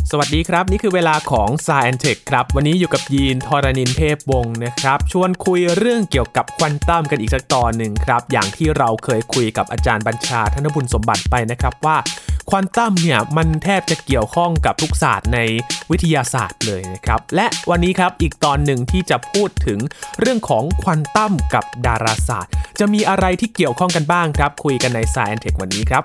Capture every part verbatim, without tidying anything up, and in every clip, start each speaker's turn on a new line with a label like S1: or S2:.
S1: สวัสดีครับนี่คือเวลาของ Science Tech ครับวันนี้อยู่กับยีนทรณินเทพวงศ์นะครับชวนคุยเรื่องเกี่ยวกับควอนตัมกันอีกสักตอนหนึ่งครับอย่างที่เราเคยคุยกับอาจารย์บัญชาธนบุญสมบัติไปนะครับว่าควอนตัมเนี่ยมันแทบจะเกี่ยวข้องกับทุกศาสตร์ในวิทยาศาสตร์เลยนะครับและวันนี้ครับอีกตอนหนึ่งที่จะพูดถึงเรื่องของควอนตัมกับดาราศาสตร์จะมีอะไรที่เกี่ยวข้องกันบ้างครับคุยกันใน Science Tech วันนี้ครับ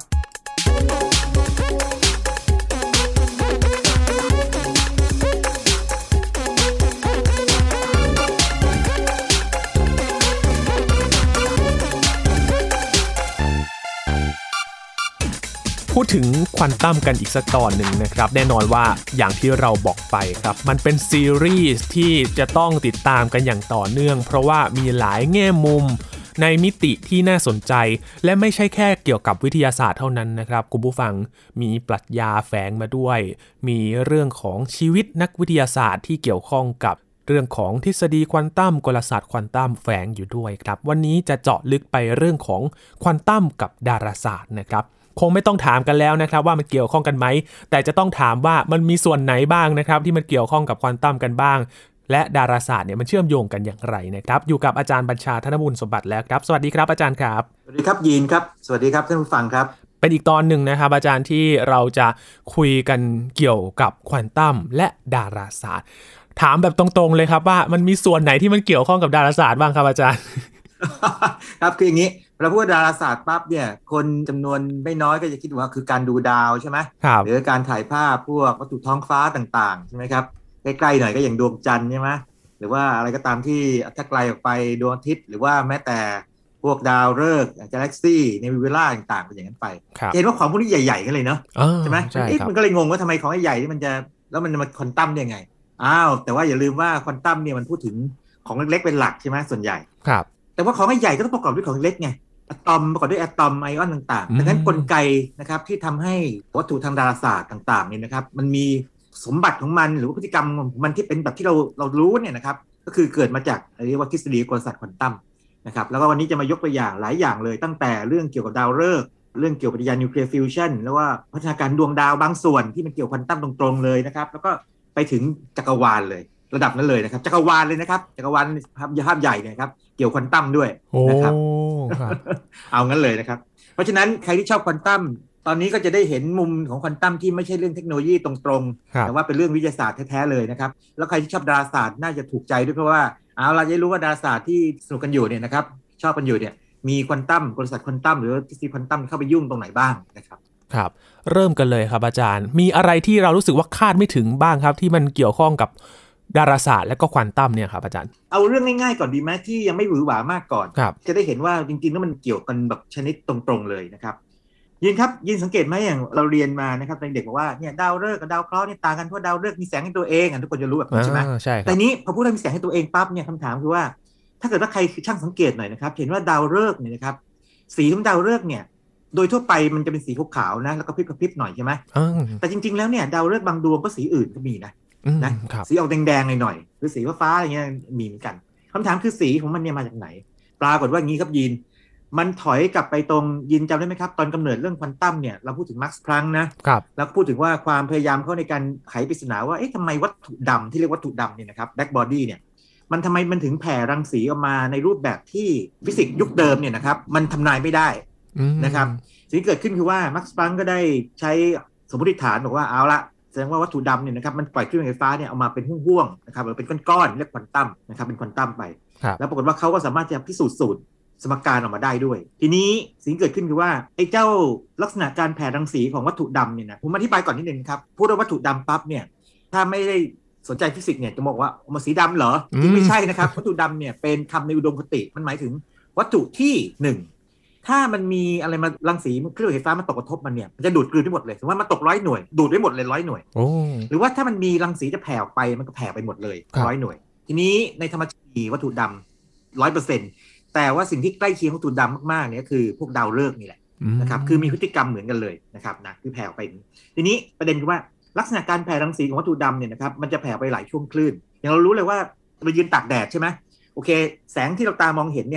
S1: พูดถึงควอนตัมกันอีกสักตอนหนึ่งนะครับแน่นอนว่าอย่างที่เราบอกไปครับมันเป็นซีรีส์ที่จะต้องติดตามกันอย่างต่อเนื่องเพราะว่ามีหลายแง่มุมในมิติที่น่าสนใจและไม่ใช่แค่เกี่ยวกับวิทยาศาสตร์เท่านั้นนะครับคุณผู้ฟังมีปรัชญาแฝงมาด้วยมีเรื่องของชีวิตนักวิทยาศาสตร์ที่เกี่ยวข้องกับเรื่องของทฤษฎีควอนตัมกลศาสตร์ควอนตัมแฝงอยู่ด้วยครับวันนี้จะเจาะลึกไปเรื่องของควอนตัมกับดาราศาสตร์นะครับคงไม่ต้องถามกันแล้วนะครับว่ามันเกี่ยวข้องกันไหมแต่จะต้องถามว่ามันมีส่วนไหนบ้างนะครับที่มันเกี่ยวข้องกับควอนตัมกันบ้างและดาราศาสตร์เนี่ยมันเชื่อมโยงกันอย่างไรนะครับอยู่กับอาจารย์บัญชาธนบุญสมบัติแล้วครับสวัสดีครับอาจารย์ครับ
S2: สวัสดีครับยีนครับสวัสดีครับท่านผู้ฟังครับ
S1: เป็นอีกตอนหนึ่งนะครับอาจารย์ที่เราจะคุยกันเกี่ยวกับควอนตัมและดาราศาสตร์ถามแบบตรงๆเลยครับว่ามันมีส่วนไหนที่มันเกี่ยวข้องกับดาราศาสตร์บ้างครับอาจารย์
S2: ครับคืออย่างนี้เราพูดดาราศาสตร์ปั๊บเนี่ยคนจำนวนไม่น้อยก็จะคิดว่าคือการดูดาวใช่ไหมหรือการถ่ายภาพพวกวัตถุท้องฟ้าต่างๆใช่ไหมครับใกล้ๆหน่อยก็อย่างดวงจันทร์ใช่ไหมหรือว่าอะไรก็ตามที่ถ้าไกลออกไปดวงอาทิตย์หรือว่าแม้แต่พวกดาวฤกษ์กาแล็กซี่เนบิวล่าต่างๆเป็นอย่างนั้นไปเห็นว่าของพวกนี้ใหญ่ๆกันเลยเนาะใช่ไหมมันก็เลยงงว่าทำไมของใหญ่ๆนี่มันจะแล้วมันมาควอนตัมได้ไงอ้าวแต่ว่าอย่าลืมว่าควอนตัมเนี่ยมันพูดถึงของเล็กๆเป็นหลักใช่ไหมส่วนใหญ่
S1: ครับ
S2: แต่ว่าของใหญ่ก็ต้องประกอบด้วยของเล็กไงอะตอมประกอบด้วยอะตอมไอออนต่างๆดังนั้นกลไกนะครับที่ทำให้วัตถุทางดาราศาสตร์ต่างๆเนี่ยนะครับมันมีสมบัติของมันหรือว่าพฤติกรรมของมันที่เป็นแบบที่เราเรารู้เนี่ยนะครับก็คือเกิดมาจากเรียกว่าทฤษฎีกลศาสตร์ควอนตัมนะครับแล้วก็วันนี้จะมายกตัวอย่างหลายอย่างเลยตั้งแต่เรื่องเกี่ยวกับดาวฤกษ์เรื่องเกี่ยวกับปฏิกิริยานิวเคลียร์ฟิวชั่นแล้วว่าพัฒนาการดวงดาวบางส่วนที่มันเกี่ยวควอนตัมตรงๆเลยนะครับแล้วก็ไปถึงจักรวาลเลยระดับนั้นเลยนะครับจักรวาลเลยนะครับจักรวาลภาพภาพใหญ่เนี่ยครับเกี่ยวควอนตัมด้วยนะครับ เอางั้นเลยนะครับเพราะฉะนั้นใครที่ชอบควอนตัมตอนนี้ก็จะได้เห็นมุมของควอนตัมที่ไม่ใช่เรื่องเทคโนโลยีตรงๆแต่ว่าเป็นเรื่องวิทยาศาสตร์แท้ๆเลยนะครับแล้วใครที่ชอบดาราศาสตร์น่าจะถูกใจด้วยเพราะว่าเอาเราจะรู้ว่าดาราศาสตร์ที่สนุกกันอยู่เนี่ยนะครับชอบกันอยู่เนี่ยมีควอนตัมกลศาสตร์ควอนตัมหรือทฤษฎีควอนตัมเข้าไปยุ่งตรงไหนบ้างนะครับ
S1: ครับเริ่มกันเลยครับอาจารย์มีอะไรที่เรารู้สึกว่าคาดไม่ถึงบ้างครับที่มันเกี่ยวข้องกับดาราศาสตร์และก็ควอนตัมเนี่ยครับอาจารย์
S2: เอาเรื่องง่ายๆก่อนดีไหมที่ยังไม่หวือหวามากก่อนจะได้เห็นว่าจริงๆแล้วมันเกี่ยวกันแบบชนิดตรงๆเลยนะครับยินครับยินสังเกตไหมอย่างเราเรียนมานะครับตอนเด็กบอกว่าเนี่ยดาวฤกษ์กับดาวเคราะห์เนี่ยต่างกันเพราะดาวฤกษ์มีแสงให้ตัวเองอ่ะทุกคนจะรู้แบบนี้ใช่ไหม
S1: ใช่
S2: แต่นี้พอพูดถึงมีแสงให้ตัวเองปั๊บเนี่ยคำถามคือว่าถ้าเกิดว่าใครช่างสังเกตหน่อยนะครับเห็นว่าดาวฤกษ์เนี่ยนะครับสีของดาวฤกษ์เนี่ยโดยทั่วไปมันจะเป็นสีขาวๆนะแล้วก็พริบๆหน่อยใช่ไหมแต่จริงๆแล้วเนี่ยดาวฤกษ์บางดวงก็สีอื่นก็มีนะนะสีออกแดงๆหน่อยๆหรือสีฟ้าๆอะไรเงี้ยมีเหมือนกันคำถามคือสีของมันเนี่ยมาจากไหนปรากฏว่างี้ครับยินมันถอยกลับไปตรงยินจำได้ไหมครับตอนกำเนิดเรื่องควอนตัมเนี่ยเราพูดถึงมาร์คส์พลังก์นะแล้วพูดถึงว่าความพยายามเขาในการไขปริศนาว่าเอ๊ะทำไมวัตถุดำที่เรียกวัตถุดำเนี่ยนะครับแบล็คบอดี้เนี่ยมันทำไมมันถึงแผ่รังสีออกมาในรูปแบบที่ฟิสิกส์ยุคเดิมเนี่ยนะครับมันทำนายไม่ได้นะครับสิ่งที่เกิดขึ้นคือว่ามาร์คส์พลังก์ก็ได้ใช้สมมติฐานบอกว่าเอาละแสดงว่าวัตถุดำเนี่ยนะครับมันปล่อยคลื่นไฟฟ้าเนี่ยเอามาเป็นห่วงๆนะครับหรือเป็นก้อนๆเรียกควอนตัมนะครับเป็นควอนตัมไปแล้วปรากฏว่าเขาก็สามารถจะพิสูจน์สูตรสมการออกมาได้ด้วยทีนี้สิ่งที่เกิดขึ้นคือว่าไอ้เจ้าลักษณะการแผ่รังสีของวัตถุดำเนี่ยนะผมอธิบายก่อนนิดนึงครับพูดว่าวัตถุดำปั๊บเนี่ยถ้าไม่ได้สนใจฟิสิกส์เนี่ยจะบอกว่ามันสีดำเหรอจริงไม่ใช่นะครับวัตถุดำเนี่ยเป็นคำในอุดมคติมันหมายถึงวัตถุที่หนึ่งถ้ามันมีอะไรมารังสีคลื่นไฟฟ้ามาตกกระทบมันเนี่ยมันจะดูดกลืนได้หมดเลยสมมติว่ามันตกร้อยหน่วยดูดได้หมดเลยร้อยหน่วยหรือว่าถ้ามันมีรังสีจะแผ่ออกไปมันก็แผ่ไปหมดเลยร้อยหน่วยทีนี้ในธรรมชาติวัตถุดำร้อยเปอร์เซ็นต์แต่ว่าสิ่งที่ใกล้เคียงวัตถุดำมากๆเนี่ยคือพวกดาวฤกษ์นี่แหละนะครับคือมีพฤติกรรมเหมือนกันเลยนะครับนะคือแผ่ออกไปทีนี้ประเด็นคือว่าลักษณะการแผ่รังสีของวัตถุดำเนี่ยนะครับมันจะแผ่ไปหลายช่วงคลื่นอย่างเรารู้เลยว่าเรายืนตากแดดใช่ไหมโอเคแสงที่เราตามองเห็นเนี่ย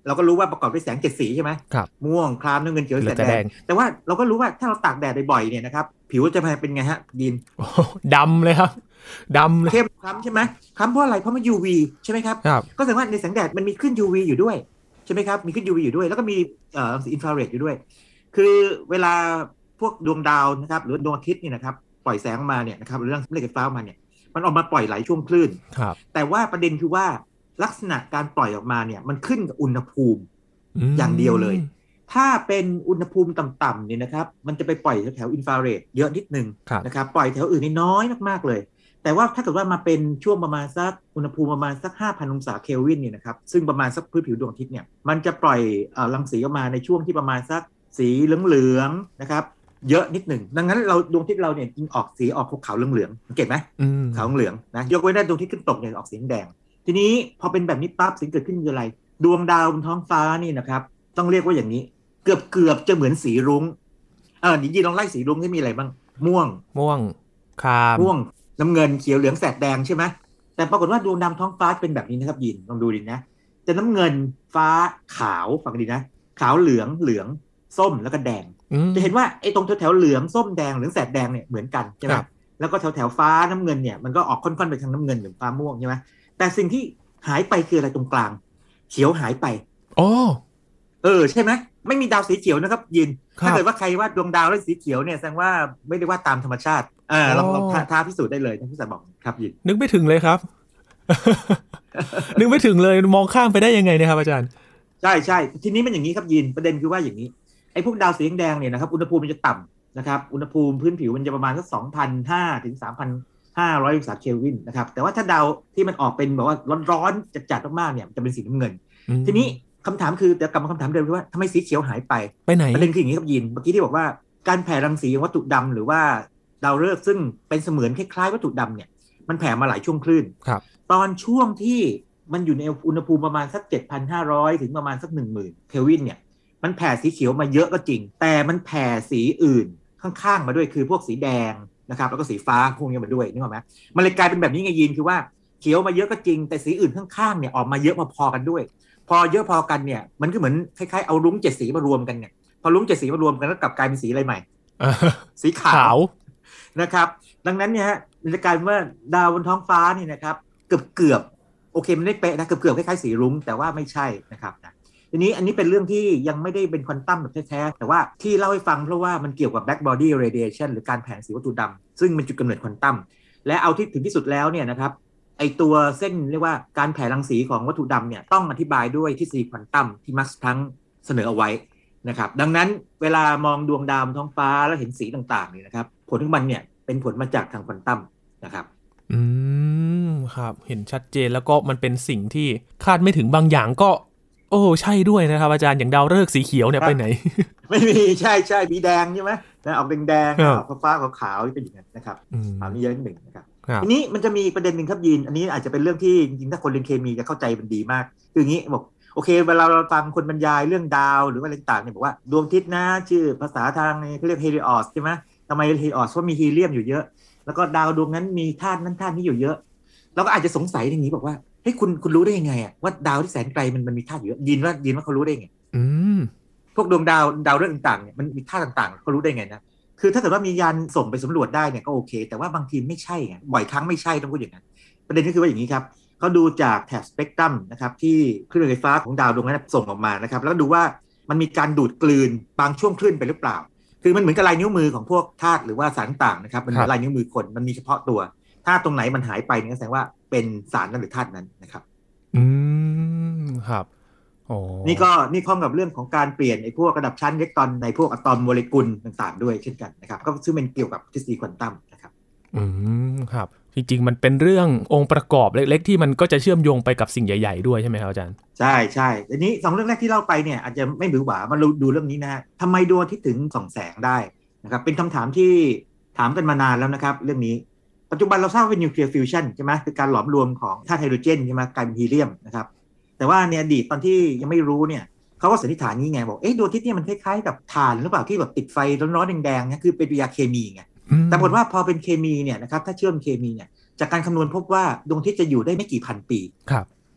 S2: เราก็รู้ว่าประกอบด้วยแสงเจ็ดสีใช่ไหมม่วงครามน้ำเงินเขียวแดงแต่ว่าเราก็รู้ว่าถ้าเราตากแดดบ่อยๆเนี่ยนะครับผิวจะเป็นไงฮะดิน
S1: ดำเลยครับดำเลย
S2: เข้มคล้ำใช่ไหมคล้ำเพราะอะไรเพราะมัน ยู วี ใช่ไหมครับก็แสดงว่าในแสงแดดมันมีคลื่น ยู วี อยู่ด้วยใช่ไหมครับมีคลื่น ยู วี อยู่ด้วยแล้วก็มีเอ่ออินฟราเรดอยู่ด้วยคือเวลาพวกดวงดาวนะครับหรือดวงอาทิตย์นี่นะครับปล่อยแสงออกมาเนี่ยนะครับเรื่องแม่เหล็กไฟฟ้าออกมาเนี่ยมันออกมาปล่อยหลายช่วงคลื่นแต่ว่าประเด็นคือว่าลักษณะการปล่อยออกมาเนี่ยมันขึ้นกับอุณหภูมิอย่างเดียวเลยถ้าเป็นอุณหภูมิต่ำๆเนี่ยนะครับมันจะไปปล่อยแถวอินฟราเรดเยอะนิดนึงนะครับปล่อยแถวอื่นนี่น้อยมากๆเลยแต่ว่าถ้าเกิดว่ามาเป็นช่วงประมาณสักอุณหภูมิประมาณสัก ห้าพัน องศาเคลวินเนี่ยนะครับซึ่งประมาณสักพื้นผิวดวงอาทิตย์เนี่ยมันจะปล่อยเอ่อรังสีออกมาในช่วงที่ประมาณสักสีเหลืองๆนะครับเยอะนิดหนึ่งดังนั้นเราดวงอาทิตย์เราเนี่ยจึงออกสีออกขาวๆเหลืองๆสังเกตไหมขาวเหลืองนะยกเว้นได้ดวงอาทิตย์ขึ้นตกเนี่ยออกสีแดงทีนี้พอเป็นแบบนี้ปั๊บสิ่งเกิดขึ้นคืออะไรดวงดาวบนท้องฟ้านี่นะครับต้องเรียกว่าอย่างนี้เกือบเกือบจะเหมือนสีรุ้งเออนี่ยีลองไล่สีรุ้งที่มีอะไรบ้างม่วง
S1: ม่วงคราม
S2: ม่วงน้ำเงินเขียวเหลืองแสดแดงใช่ไหมแต่ปรากฏว่าดวงดาวท้องฟ้าเป็นแบบนี้นะครับยินลองดูดินะจะน้ำเงินฟ้าขาวฟังดีนะขาวเหลืองเหลืองส้มแล้วก็แดงจะเห็นว่าไอ้ตรงแถวๆเหลืองส้มแดงเหลืองแสดแดงเนี่ยเหมือนกันใช่ไหมแล้วก็แถวแถวฟ้าน้ำเงินเนี่ยมันก็ออกค่อนๆไปทางน้ำเงินหรือฟ้าม่วงใช่ไหมแต่สิ่งที่หายไปคืออะไรตรงกลางเขียวหายไป
S1: โอ้
S2: เออใช่ไหมไม่มีดาวสีเขียวนะครับยินถ้าเกิดว่าใครวาดดวงดาวแล้วสีเขียวเนี่ยแสดงว่าไม่ได้วาดตามธรรมชาติเออเราเราท้าพิสูจน์ได้เลยท่านผู้ชมบอกครับยิน
S1: นึกไม่ถึงเลยครับ นึกไม่ถึงเลยมองข้ามไปได้ยังไงนะครับอาจารย์
S2: ใช่ใช่ทีนี้มันอย่างนี้ครับยินประเด็นคือว่าอย่างนี้ไอ้พวกดาวสีแดงเนี่ยนะครับอุณหภูมิมันจะต่ำนะครับอุณหภูมิพื้นผิวมันจะประมาณสัก สองพันห้าร้อย ถึง สามพันห้าร้อย องศาเคลวินนะครับแต่ว่าถ้าดาวที่มันออกเป็นแบบว่าร้อนๆจัดๆมากๆเนี่ยจะเป็นสีน้ำเงินทีนี้คำถามคือแต่กลับมาคำถามเดิมคือว่าทำไมสีเขียวหายไป
S1: ไปไหน
S2: ประเด็นคืออย่างนี้ครับยินเมื่อกี้ที่บอกว่าการแผ่รังสีของวัตถุดำหรือว่าดาวฤกษ์ซึ่งเป็นเสมือนคล้ายๆวัตถุดำเนี่ยมันแผ่มาหลายช่วงคลื่นตอนช่วงที่มันอยู่ในอุณหภูมิประมาณสัก เจ็ดพันห้าร้อย ถึงประมาณสัก หนึ่งหมื่น เคลวินเนี่ยมันแผ่สีเขียวมาเยอะก็จริงแต่มันแผ่สีอื่นข้างๆมาด้วยคือพวกสีแดงนะครับแล้วก็สีฟ้าพวกนี้มาด้วยนึกออกไหมมันเลยกลายเป็นแบบนี้ไงยินคือว่าเขียวมาเยอะก็จริงแต่สีอื่นข้างๆเนี่ยออกมาเยอะพอๆกันด้วยพอเยอะพอกันเนี่ยมันก็เหมือนคล้ายๆเอารุ้งเจ็ดสีมารวมกันเนี่ยพอรุ้งเจ็ดสีมารวมกันแล้วกลับกลายเป็นสีอะไรใหม่สีขาวนะครับดังนั้นเนี่ยฮะมันจะกลายเป็นว่าดาวบนท้องฟ้านี่นะครับเกือบเกือบโอเคมันไม่เป๊ะนะเกือบเกือบคล้ายๆสีรุ้งแต่ว่าไม่ใช่นะครับนะทีนี้อันนี้เป็นเรื่องที่ยังไม่ได้เป็นควอนตัมแบบแท้ๆแต่ว่าที่เล่าให้ฟังเพราะว่ามันเกี่ยวกับ black body radiation หรือการแผ่สีวัตถุดำซึ่งเป็นจุดกำเนิดควอนตัมและเอาที่ถึงที่สุดแล้วเนี่ยนะครับไอตัวเส้นเรียกว่าการแผ่รังสีของวัตถุดำเนี่ยต้องอธิบายด้วยทฤษฎีควอนตัมที่มักซ์พลังก์เสนอเอาไว้นะครับดังนั้นเวลามองดวงดาวท้องฟ้าแล้วเห็นสีต่างๆเนี่ยนะครับผลของมันเนี่ยเป็นผลมาจากทางควอนตัมนะครับ
S1: อืมครับเห็นชัดเจนแล้วก็มันเป็นสิ่งที่คาดไม่ถึงบางอย่างก็โอ้ใช่ด้วยนะครับอาจารย์อย่างดาวฤกษ์สีเขียวเนี่ยไปไหน
S2: ไม่มีใช่ใช่มีแดงใช่ไหมนะออกแดงๆฟ้าๆขาวๆเป็นอย่างนั้นนะครับอันนี้เยอะนิดหนึ่งนะครับทีนี้มันจะมีประเด็นหนึ่งครับยินอันนี้อาจจะเป็นเรื่องที่จริงๆถ้าคนเรียนเคมีจะเข้าใจมันดีมากคืออย่างนี้บอกโอเคเวลาเราฟังคนบรรยายเรื่องดาวหรืออะไรต่างๆเนี่ยบอกว่าดวงอาทิตย์นะชื่อภาษาทางเขาเรียกเฮลิออสใช่ไหมทำไมเฮลิออสเพราะมีฮีเลียมอยู่เยอะแล้วก็ดาวดวงนั้นมีธาตุนั้นธาตุนี้อยู่เยอะเราก็อาจจะสงสัยอย่างนี้บอกว่าเฮ้ยคุณคุณรู้ได้ยังไงอะว่าดาวที่แสนไกลมันมันมีธาตุเยอะยินว่ายินว่าเขารู้ได้ไง
S1: อืม
S2: พวกดวงดาวดาวฤกษ์ต่างๆเนี่ยมันมีธาตุต่างๆเขารู้ได้ไงนะคือถ้าเกิดว่ามียานส่งไปสำรวจได้เนี่ยก็โอเคแต่ว่าบางทีไม่ใช่ไงบ่อยครั้งไม่ใช่ต้องพูดอย่างนั้นประเด็นก็คือว่าอย่างนี้ครับเขาดูจากแถบสเปกตรัมนะครับที่คลื่นไฟฟ้าของดาวดวงนั้นส่งออกมานะครับแล้วดูว่ามันมีการดูดกลืนบางช่วงคลื่นไปหรือเปล่าคือมันเหมือนกับลายนิ้วมือของพวกธาตุหรือว่าสารต่างๆนะครับมันเป็นลายนิ้วมือคนมันมีเฉพาะตัวถ้าตรงไหนมันหายไปเนี่ยแสดงว่าเป็นสารนั้นหรือธาตุนั้นนะครับ
S1: อืมครับโอ้
S2: นี่ก็นี่ข้องกับเรื่องของการเปลี่ยนไอ้พวกระดับชั้นอิเล็กตรอนในพวกอะตอมโมเลกุลต่างๆด้วยเช่นกันนะครับก็ซึ่งเป็นเกี่ยวกับทฤษฎีควอนตัมนะครับ
S1: อืมครับจริงๆมันเป็นเรื่ององค์ประกอบเล็กๆที่มันก็จะเชื่อมโยงไปกับสิ่งใหญ่ๆด้วยใช่ไหมครับอาจารย์
S2: ใช่ใช่ทีนี้สองเรื่องแรกที่เล่าไปเนี่ยอาจจะไม่บือหวามาดูเรื่องนี้นะฮะทำไมดวงอาทิตย์ถึงส่องแสงได้นะครับเป็นคำถามที่ถามกันมานานแล้วนะครับเรื่องนี้ปัจจุบันเราทราบว่าเป็นนิวเคลียร์ฟิวชันใช่ไหมคือการหลอมรวมของธาตุไฮโดรเจนใช่ไหมกลายเป็นฮีเลียมนะครับแต่ว่าในอดีตตอนที่ยังไม่รู้เนี่ยเขาก็สันนิษฐานนี้ไงบอกเอ๊ะดวงอาทิตย์เนี่ยมันคล้ายๆกับถ่านหรือเปล่าที่แบบติดไฟร้อนๆแดงๆเนี่ยคือเป็นปฏิกิริยาเคมีไงแต่ผลว่าพอเป็นเคมีเนี่ยนะครับถ้าเชื่อมเคมีเนี่ยจากการคำนวณพบว่าดวงอาทิตย์จะอยู่ได้ไม่กี่พันปี
S1: ครับ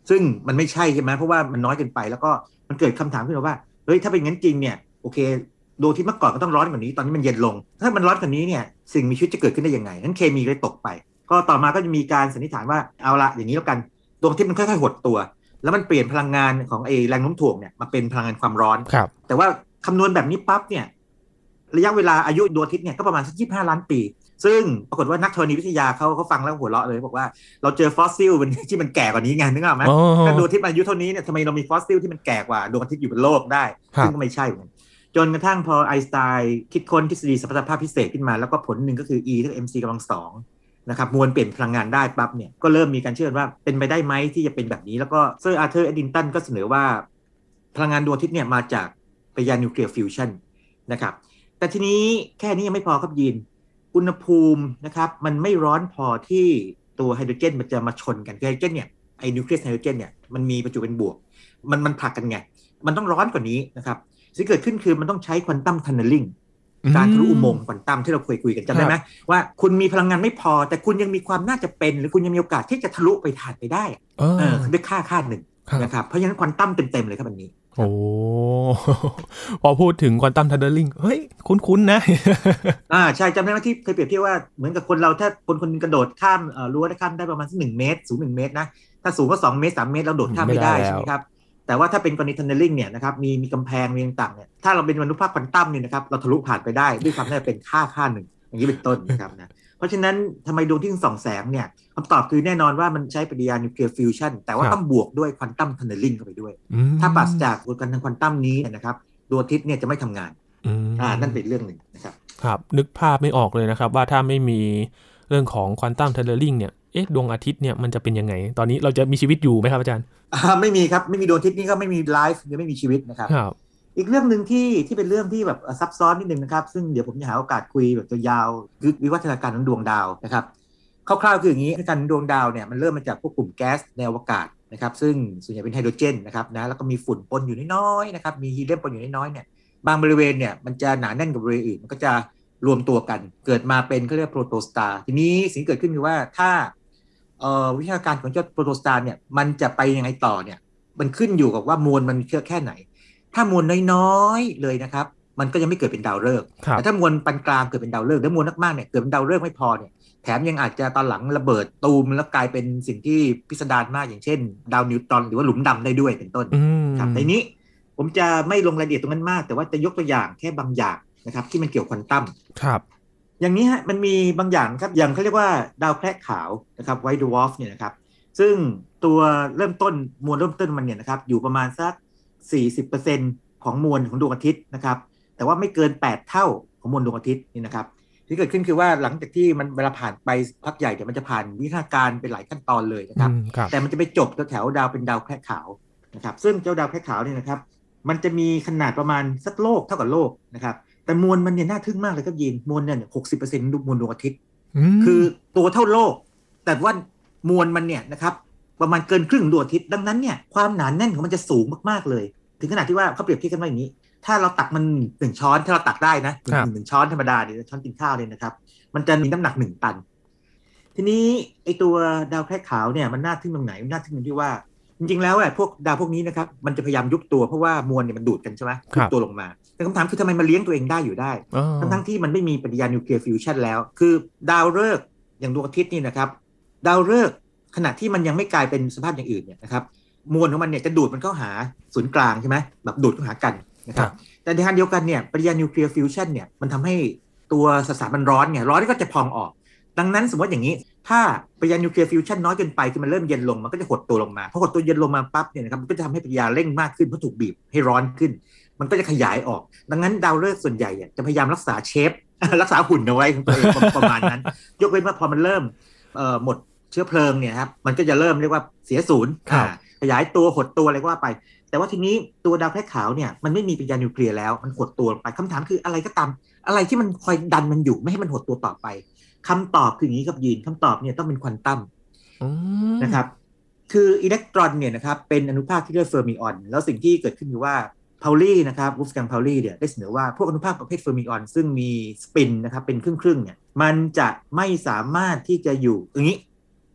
S2: ซึ่งมันไม่ใช่ใช่ไหมเพราะว่ามันน้อยเกินไปแล้วก็มันเกิดคำถามขึ้นมาว่าเฮ้ยถ้าเป็นงั้นจริงเนี่ยโอเคดวงอาทิตย์เมื่อก่อนก็ต้องร้อนกว่านี้ตอนนี้มันเย็นลงถ้ามันร้อนกว่านี้เนี่ยสิ่งมีชีวิตจะเกิดขึ้นได้ยังไงนั้นเคมีเลยตกไปก็ต่อมาก็จะมีการสันนิษฐานว่าเอาละอย่างนี้แล้วกันดวงอาทิตย์มันค่อยๆหดตัวแล้วมันเปลี่ยนพลังงานของไอ้แรงโน้มถ่วงเนี่ยมาเป็นพลังงานความร้อนแต่ว่าคำนวณแบบนี้ปั๊บเนี่ยระยะเวลาอายุดวงอาทิตย์เนี่ยก็ประมาณสักยี่สิบห้าล้านปีซึ่งปรากฏว่านักธรณีวิทยาเขาเขาฟังแล้วหัวเราะเลยบอกว่าเราเจอฟอสซิลที่มันแก่กว่านี้ไงนึกออกไหมถ้าดวงอาทิตย์อายุเท่านี้เนี่ยทำไมเรามีฟอสซิลที่มันแก่กว่าดวงอาทิตย์อยู่บนโลกได้ซึ่งก็ไม่ใช่เหมือนกันจนกระทั่งพอไอน์สไตน์คิดค้นทฤษฎีสมรรถภาพพิเศษขึ้นมาแล้วก็ผลหนึ่งก็คือ E เท่ากับ mc กำลังสองนะครับมวลเปลี่ยนพลังงานได้ปั๊บเนี่ยก็เริ่มมีการเชื่อว่าเป็นไปได้ไหมที่จะเป็นแบบนี้แล้วก็เซอร์อาร์เธอร์เอดินตันก็เสนอว่าพลังงานดวงอาทิตย์เนี่ยมาจากปฏิกิริยานิวเคลียร์ฟิวชั่นนะครับแต่ทีนี้แค่นี้ยังไม่พอครับยีนอุณหภูมินะครับมันไม่ร้อนพอที่ตัวไฮโดรเจนมันจะมาชนกันไฮโดรเจนเนี่ยไอ้นิวเคลียสไฮโดรเจนเนี่ยมันมีประจุเป็นบวกมันมันผลักกันไงมันต้องร้อนกว่านี้นะครับสิ่งที่เกิดขึ้นคือมันต้องใช้ควอนตัมทันเนลลิ่งการทะลุอุโมงค์ควอนตัมที่เราเคยคุยกันจำได้ไหมว่าคุณมีพลังงานไม่พอแต่คุณยังมีความน่าจะเป็นหรือคุณยังมีโอกาสที่จะทะลุไปผ่านไปได้เออด้วยค่าค่าหนึ่งนะครับเพราะฉะนั้นควอนตัมเต็มๆเลยครับอันนี้
S1: โอ้พอพูดถึงควอนตัมทันเนลลิ่งเฮ้ยคุ้นๆนะ
S2: อ่าใช่จำได้ไหมที่เคยเปรียบเทียบว่าเหมือนกับคนเราถ้าคนคนนึงกระโดดข้ามรั้วได้ข้ามได้ประมาณสักหนึ่งเมตรสูงหนึ่งเมตรนะถ้าสูงก็สองเมตรสามเมตรเราโดดข้ามไม่ได้ใช่ไหมครับแต่ว่าถ้าเป็นกรณีทันเนลลิ่งเนี่ยนะครับมีมีกำแพงมีต่างๆเนี่ยถ้าเราเป็นอนุภาคควอนตัมเนี่ยนะครับเราทะลุผ่านไปได้ด้วยความน่าจะเป็นค่าค่าหนึ่งอย่างนี้เป็นต้นนะครับนะเพราะฉะนั้นทำไมดวงที่ส่องแสงเนี่ยคำตอบคือแน่นอนว่ามันใช้ปฏิกิริยานิวเคลียร์ฟิวชั่นแต่ว่าต้องบวกด้วยควอนตัมทันเนลลิ่งเข้าไปด้วยถ้าปราศจากกฎการทางควอนตัมนี้นะครับดวงอาทิตย์เนี่ยจะไม่ทำงานอ่านั่นเป็นเรื่องหนึ่งนะครับ
S1: ครับนึกภาพไม่ออกเลยนะครับว่าถ้าไม่มีเรื่องของควอนตัมทันเนลลิ่งเนี่ยเอ๊ะดวงอาทิตย์เนี่ยมันจะเป็นยังไงตอนนี้เราจะมีชีวิตอยู่ไหมครับอาจารย์
S2: อ่าไม่มีครับไม่มีดวงอาทิตย์นี่ก็ไม่มีไลฟ์หรือไม่มีชีวิตนะครับอีกเรื่องนึงที่ที่เป็นเรื่องที่แบบซับซ้อนนิดนึงนะครับซึ่งเดี๋ยวผมจะหาโอกาสคุยแบบตัวยาวคือวิวัฒนาการของดวงดาวนะครับคร่าวๆคืออย่างนี้การดวงดาวเนี่ยมันเริ่มมาจากพวกกลุ่มแก๊สในอวกาศนะครับซึ่งส่วนใหญ่เป็นไฮโดรเจนนะครับนะแล้วก็มีฝุ่นปนอยู่น้อยๆนะครับมีฮีเลียมปนอยู่น้อยๆเนี่ยบางบริเวณเนี่ยมันจะหนาแน่นกับบริเวณอื่นมันก็จะรวมตัวกันเกิดมาเป็นเขาเรียกโปรโตสตาร์ทีนี้สิ่งที่เกิดขึ้นคือว่าถ้าเอ่อวิทยาการของเจ้าโปรโตสตาร์เนี่ยมันจะไปยังไงต่อเนี่ยมันขึ้นอยู่กับว่ามวลมันเยอะแค่ไหนถ้ามวลน้อยๆเลยนะครับมันก็ยังไม่เกิดเป็นดาวฤกษ์แต่ถ้ามวลปานกลางเกิดเป็นดาวฤกษ์แล้วมวลมากๆเนี่ยเกิดเป็นดาวฤกษ์ไม่พอเนี่ยแถมยังอาจจะตอนหลังระเบิดตูมแล้วกลายเป็นสิ่งที่พิสดารมากอย่างเช่นดาวนิวตรอนหรือว่าหลุมดำได้ด้วยเป็นต้นครับในนี้ผมจะไม่ลงรายละเอียดตรงนั้นมากแต่ว่าจะยกตัวอย่างแค่บางอย่างนะครับที่มันเกี่ยวควอนตัม
S1: ครับ
S2: อย่างนี้ฮะมันมีบางอย่างครับอย่างเขาเรียกว่าดาวแคระขาวนะครับไวท์ดวอร์ฟเนี่ยนะครับซึ่งตัวเริ่มต้นมวลเริ่มต้นมันเนี่ยนะครับอยู่ประมาณสัก สี่สิบเปอร์เซ็นต์ ของมวลของดวงอาทิตย์นะครับแต่ว่าไม่เกินแปดเท่าของมวลดวงอาทิตย์นี่นะครับที่เกิดขึ้นคือว่าหลังจากที่มันเวลาผ่านไปพักใหญ่เดี๋ยวมันจะผ่านวิทยาการเป็นหลายขั้นตอนเลยนะครับแต่มันจะไปจบแถวดาวเป็นดาวแคระขาวนะครับซึ่งเจ้าดาวแคระขาวเนี่ยนะครับมันจะมีขนาดประมาณสักโลกเท่ากับโลกนะครับแต่มวลมันเนี่ยน่าทึ่งมากเลยครับยินมวลเนี่ยหกสิบเปอร์เซ็นต์มวลดวงอาทิตย์คือตัวเท่าโลกแต่ว่ามวลมันเนี่ยนะครับประมาณเกินครึ่งดวงอาทิตย์ดังนั้นเนี่ยความหนาแน่นของมันจะสูงมากๆเลยถึงขนาดที่ว่าเขาเปรียบเทียบกันว่าอย่างนี้ถ้าเราตักมันหนึ่งช้อนถ้าเราตักได้นะหนึ่งหนึ่งช้อนธรรมดาเนี่ยช้อนกินข้าวเลยนะครับมันจะมีน้ำหนักหนึ่งตันทีนี้ไอตัวดาวแคระขาวเนี่ยมันน่าทึ่งตรงไหนมันน่าทึ่งตรงที่ว่าจริงๆแล้วพวกดาวพวกนี้นะครับมันจะพยายามยุบตัวเพราะว่ามวลเนี่ยมันดูดกันใช่ไหมยุบตัวลงมาแต่คำถามคือทำไมมันเลี้ยงตัวเองได้อยู่ได้ทั้งๆที่มันไม่มีปฏิกิริยานิวเคลียร์ฟิวชั่นแล้วคือดาวฤกษ์อย่างดวงอาทิตย์นี่นะครับดาวฤกษ์ขณะที่มันยังไม่กลายเป็นสภาพอย่างอื่นเนี่ยนะครับมวลของมันเนี่ยจะดูดมันเข้าหาศูนย์กลางใช่ไหมแบบดูดเข้าหากันนะครับแต่ในทางเดียวกันเนี่ยปฏิกิริยานิวเคลียร์ฟิวชั่นเนี่ยมันทำให้ตัวสสารมันร้อนเนี่ยร้อนก็จะพองออกดังนั้นสมมติอย่างนี้ถ้าปฏิกิริยานิวเคลียร์ฟิวชั่นน้อยเกินไปคือมันเริ่มเย็นลงมันก็จะหดตัวลงมาพอหดตัวเย็นลงมาปั๊บเนี่ยนะครับมันก็จะทำให้ปฏิกิริยาเร่งมากขึ้นเพราะถูกบีบให้ร้อนขึ้นมันก็จะขยายออกดังนั้นดาวฤกษ์ส่วนใหญ่จะพยายามรักษาเชฟรักษาหุ่นเอาไว้ของตัวเองประมาณนั้นยกเว้นว่าพอมันเริ่มหมดเชื้อเพลิงเนี่ยครับมันก็จะเริ่มเรียกว่าเสียศูนย์ขยายตัวหดตัวอะไรก็ว่าไปแต่ว่าทีนี้ตัวดาวแคระขาวเนี่ยมันไม่มีปฏิกิริยานิวเคลียร์แล้วมันหดตัวไปคำถามคืออะไรก็ตามอะไรที่มันคอยดันมันอยู่ไม่ให้มันหดตัวต่อไปคำตอบคืออย่างนี้ครับยีนคำตอบเนี่ยต้องเป็นควอนตัมนะครับคืออิเล็กตรอนเนี่ยนะครับเป็นอนุภาคที่เรียกเฟอร์มิออนแล้วสิ่งที่เกิดขึ้นคือว่าพาวลีนะครับวูฟกังพาวลีเนี่ยได้เสนอว่าพวกอนุภาคประเภทเฟอร์มิออนซึ่งมีสปินนะครับเป็นครึ่งๆเนี่ยมันจะไม่สามารถที่จะอยู่อย่างนี้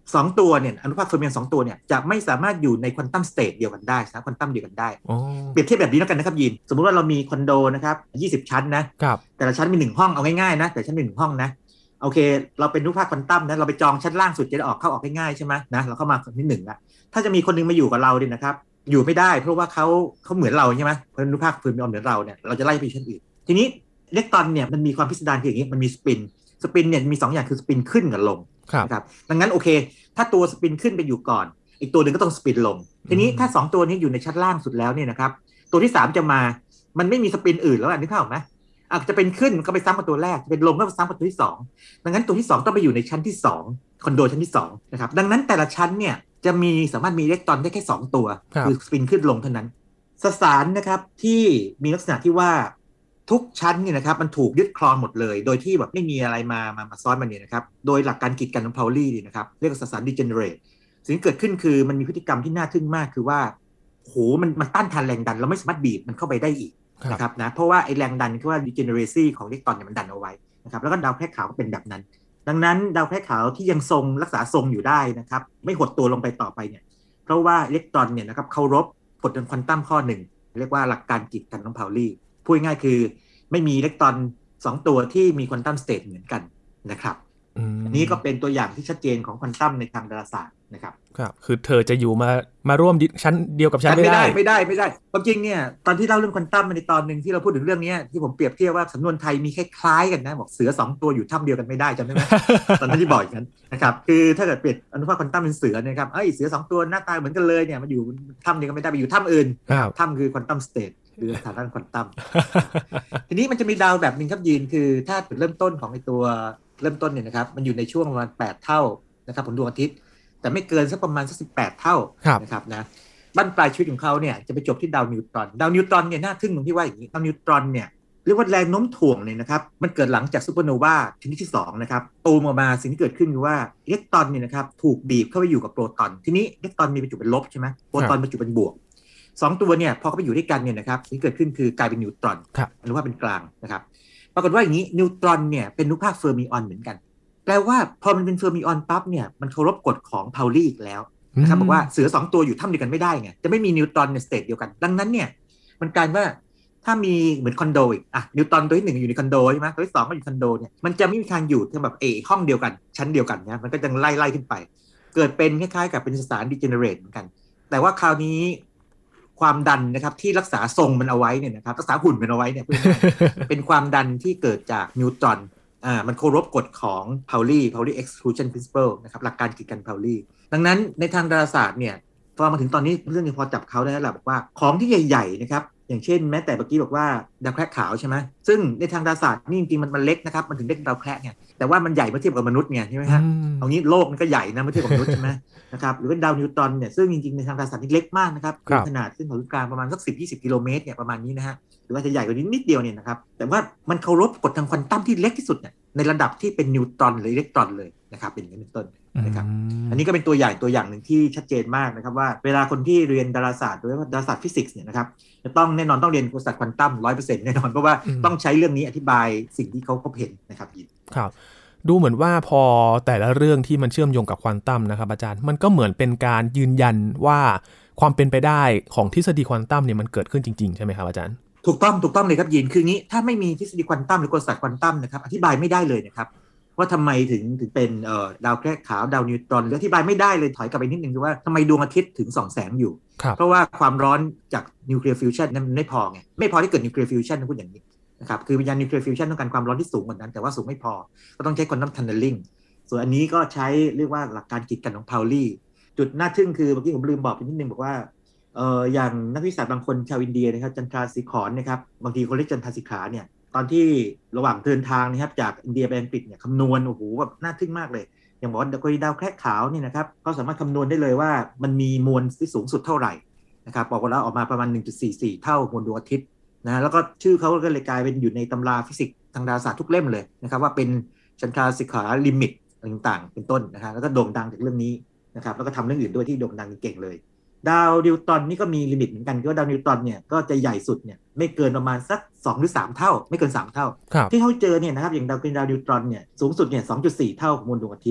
S2: สองตัวเนี่ยอนุภาคเฟอร์มิสองตัวเนี่ยจะไม่สามารถอยู่ในควอนตัมสเตทเดียวกันได้นะควอนตัมเดียวกันได้เปรียบเทียบแบบนี้แล้วกันนะครับยินสมมุติว่าเรามีคอนโดนะครับยี่สิบชั้นนะแต่ละชั้นมีหนึ่งห้องเอาง่ายๆนะแต่ชั้นมีหนึ่งห้องนะโอเคเราเป็นอนุภาคควอนตัมนะเราไปจองชั้นล่างสุดจะได้ออกเข้าออกง่ายๆใช่ไหมนะเราเข้ามาที่หนึ่งละถ้าจะมีคนนึงมาอยู่กับเราดินะครับอยู่ไม่ได้เพราะว่าเขาเขาเหมือนเราใช่ไหมเพราะอนุภาคเฟอร์มิออนเหมือนเราเนี่ยเราจะไล่ไปชั้นอื่นทีนี้อิเล็กตรอนเนี่ยมันมีความพิสดารคืออย่างนี้มันมีสปินสปินเนี่ยมีสองอย่างคือสปินขึ้นกับลงนะครับดังนั้นโอเคถ้าตัวสปินขึ้นไปอยู่ก่อนอีกตัวหนึ่งก็ต้องสปินลงทีนี้ถ้าสองตัวนี้อยู่ในชั้นล่างสุดแล้วเนี่ยนะครับตัวที่สามจะมามันไม่มีสปินอื่นแล้วอ่ะนึกภาพออกไหมอาจจะเป็นขึ้นก็ไปซ้ำกับตัวแรกเป็นลงก็ไปซ้ำกับตัวที่สองดังนั้นตัวที่สองต้องไปอยู่ในชั้นที่สองคอนโดชั้นที่สองนะครับดังนั้นแต่ละชั้นเนี่ยจะมีสามารถมีอิเล็กตรอนได้แค่สองตัวคือสปินขึ้นลงเท่านั้นสสารนะครับที่มีลักษณะที่ว่าทุกชั้นเนี่ยนะครับมันถูกยึดครองหมดเลยโดยที่แบบไม่มีอะไรมามามาซ้อนมันเนี่ยนะครับโดยหลักการกีดกันของพาวลีนี่นะครับเรียกว่าสสารดิเจเนเรตสิ่งที่เกิดขึ้นคือมันมีพฤติกรรมที่น่าทึ่งมากคือว่าโหมันมันต้านทานแรงดันเราไม่สามารถบีบมันเข้าไปได้อีกนะครับนะเพราะว่าไอ้แรงดันคือว่า degeneracy ของอิเล็กตรอนเนี่ยมันดันเอาไว้นะครับแล้วก็ดาวแคระขาวก็เป็นแบบนั้นดังนั้นดาวแคระขาวที่ยังทรงรักษาทรงอยู่ได้นะครับไม่หดตัวลงไปต่อไปเนี่ยเพราะว่าอิเล็กตรอนเนี่ยนะครับเคารพกฎควอนตัมข้อหนึ่งเรียกว่าหลักการกีดกันของพาวลีพูดง่ายคือไม่มีอิเล็กตรอนสองตัวที่มีควอนตัมสเตทเหมือนกันนะครับอันนี้ก็เป็นตัวอย่างที่ชัดเจนของควอนตัมในทางดาราศาสตร์นะครับ
S1: ครับคือเธอจะอยู่มามาร่วมชั้นเดียวกับฉันไม่ได้
S2: ไม่ได้ไม่ได้ความจริงเนี่ยตอนที่เล่าเรื่องควอนตัมในตอนหนึ่งที่เราพูดถึงเรื่องนี้ที่ผมเปรียบเทียบว่าสำนวนไทยมีคล้ายๆกันนะบอกเสือสองตัวอยู่ถ้ำเดียวกันไม่ได้จำได้ไหม ตอนนั้นที่บอกอย่างนั้นนะครับคือถ้าเกิดเปรียบอนุภาคควอนตัมเป็นเสือนะครับไอ้เสือสองตัวหน้าตาเหมือนกันเลยเนี่ยมาอยู่ถ้ำเดียวกันไม่ได้ไปอยู่ถ้ำอื่นถ้ำคือควอนตัมสเตทคือสถานควอนตัม ทีนี้มันจะมีดาวแบบนึงครับยีนคือถ้าจุดเริ่มต้นของไอ้ตัวเริ่มต้นเนี่ยนะครับมันอยู่ในช่วงประมาณแปดเท่านะครับของดวงอาทิตย์แต่ไม่เกินสักประมาณสักสิบแปดเท่านะครับนะบั้นปลายชีวิตของเขาเนี่ยจะไปจบที่ดาวนิวตรอนดาวนิวตรอนเนี่ยน่าทึ่งตรงที่ว่าอย่างนี้ดาวนิวตรอนเนี่ยเรียกว่าแรงโน้มถ่วงเนี่ยนะครับมันเกิดหลังจากซูเปอร์โนวาชนิดที่สองนะครับตูมออกมาสิ่งที่เกิดขึ้นคือว่าอิเล็กตรอนเนี่ยนะครับถูกบีบเข้าไปอยู่กับโปรตอนทีนี้อิเล็กตรอนมีบรรจุเป็นลบใช่ไหมโปรตอนบรรจุเป็นบวกสองตัวเนี่ยพอเขาไปอยู่ด้วยกันเนี่ยนะครับสิ่งที่เกิดขึ้นคือกลายเป็นนิวตรอนอนุภาคเป็นกลางนะครับปรากฏว่าอย่างนี้นิวตรอนเนี่ยเป็นอนุภาคเฟอร์มิออนเหมือนกันแปลว่าพอมันเป็นเฟอร์มิออนปั๊บเนี่ยมันเคารพกฎของพาวลีอีกแล้วนะครับบอกว่าเสือสองตัวอยู่ถ้ำเดียวกันไม่ได้ไงจะไม่มีนิวตรอนในสเตทเดียวกันดังนั้นเนี่ยมันกลายว่าถ้ามีเหมือนคอนโดอีกอ่ะนิวตรอนตัวที่หนึ่งอยู่ในคอนโดใช่ไหมตัวที่สองก็อยู่คอนโดเนี่ยมันจะไม่มีทางอยู่ที่แบบเอห้องเดียวกันชั้นเดียวกันนะมันก็จะไล่ไล่ขึ้นไปเกิดเป็นคล้ายๆกับเป็นสสารดิเจเนเรตเหมือนกันแต่ว่าคราวนี้ความดันนะครับที่รักษาทรงมันเอาไว้เนี่ยนะครับรักษาหุ่นมันเอาไว้เนี่ยเป็นความดันที่เกิดจากนิวตรอนอ่ามันเคารพกฎของ Pauli Pauli exclusion principle นะครับหลักการกีดกัน Pauli ดังนั้นในทางดาราศาสตร์เนี่ยพอมาถึงตอนนี้เรื่องนี้พอจับเขาได้แล้วบอกว่าของที่ใหญ่ๆนะครับอย่างเช่นแม้แต่เมื่อกี้บอกว่าดาวแคระขาวใช่ไหมซึ่งในทางดาราศาสตร์นี่จริงๆมันมันเล็กนะครับมันถึงเรียกดาวแคระเนี่ยแต่ว่ามันใหญ่เมื่อเทียบกับมนุษย์ไงใช่ไหมฮะเอางี้โลกมันก็ใหญ่นะเมื่อเทียบกับมนุษย์ใช่ไหมนะครับหรือว่าดาวนิวตรอนเนี่ยซึ่งจริงๆในทางดาราศาสตร์นี่เล็กมากนะครับขนาดเส้นผ่าศูนย์กลางประมาณสักสิบ ยี่สิบกิโลเมตรเนี่ยประมาณนี้นะฮะหรือว่าจะใหญ่กว่านี้นิดเดียวเนี่ยนะครับแต่ว่ามันเคารพกฎทางควอนตัมที่เล็กที่สุดเนี่ยในระดับที่เป็นนิวตรอนหรืออิเล็กตรอนเลยนะครับเป็นอย่างนี้เป็นต้นนะครับอันนี้ก็เป็นตัวอย่างตัวอย่างหนึ่งที่ชัดเจนมากนะครับว่าเวลาคนที่เรียนดาราศาสตร์โดยเฉพาะดาราศาสตร์ฟิสิกส์เนี่ยนะครับจะต้องแน่นอนต้องเรียนกฎศาสตร์ควอนตัม ร้อยเปอร์เซ็นต์ แน่นอนเพราะว่าต้องใช้เรื่องนี้อธิบายสิ่งที่เขาพบเห็นนะครับยิน
S1: ครับดูเหมือนว่าพอแต่ละเรื่องที่มันเชื่อมโยงกับควอนตัมนะครับอาจารย์มันก็เหมือนเป็นการยืนยันว่าความเป็นไปได้ของทฤษฎีควอนตัมเนี่ยมันเกิดขึ้นจริงๆใช่ไหมครับอาจารย์
S2: ถูกต้องถูกต้องเลยครับยินคืองี้ถ้าไม่มีทฤษฎีควอนตัมหรือกฎศาสตร์ควอนตัมนะครับอธิบายไม่ได้เลยนะครับว่าทำไมถึงถึงเป็นเอ่อดาวแคระขาวดาวนิวตรอนหรืออธิบายไม่ได้เลยถอยกลับไปนิดนึงคือว่าทำไมดวงอาทิตย์ถึงส่องแสงอยู่เพราะว่าความร้อนจากนิวเคลียร์ฟิวชันนั้นไม่พอไงไม่พอที่เกิดนิวเคลียร์ฟิวชันต้องพูดอย่างนี้นะครับคือวิญญาณนิวเคลียร์ฟิวชันต้องการความร้อนที่สูงกว่านั้นแต่ว่าสูงไม่พอก็ต้องใช้ควอนตัมทันเนลลิ่งส่วนอันนี้ก็ใช้เรียกว่าหลักการกีดกันของพาวลีจุดน่าทึ่งคือเมื่อกี้ผมลืมบอกไปนิดนึงบอกว่าเอ่ออย่างนักวิทยาศาสตร์บางคนชาวอินเดียนะครับจันทราสีขอนนะครับบางทีเขาเรียกจันทราสีขาเนี่ยตอนที่ระหว่างเดินทางนะครับจากอินเดียไปอังกฤษเนี่ยคำนวณโอ้โหแบบน่าทึ่งมากเลยอย่างบอกว่ากรณีดาวแคระขาวนี่นะครับเขาสามารถคำนวณได้เลยว่ามันมีมวลที่สูงสุดเท่าไหร่นะครับบอกว่าแล้วออกมาประมาณ หนึ่งจุดสี่สี่ เท่ามวลดวงอาทิตย์นะแล้วก็ชื่อเขาก็เลยกลายเป็นอยู่ในตำราฟิสิกส์ทางดาราศาสตร์ทุกเล่มเลยนะครับว่าเป็นจันทราสีขาลิมิตต่างๆเป็นต้นนะครับแล้วก็โด่งดังจากเรื่องนี้นะครับแล้วก็ทำเรื่องอื่นด้วยที่โด่งดังเก่งเลยดาวนิวตรอนนี่ก็มีลิมิตเหมือนกันคือว่าดาวนิวตรอนเนี่ยก็จะใหญ่สุดเนี่ยไม่เกินประมาณสักสองหรือสามเท่าไม่เกินสามเท่าที่เขาเจอเนี่ยนะครับอย่างดาวเป็นดาวนิวตรอนเนี่ยสูงสุดเนี่ย สองจุดสี่ เท่าของมวลดวงอาทิตย์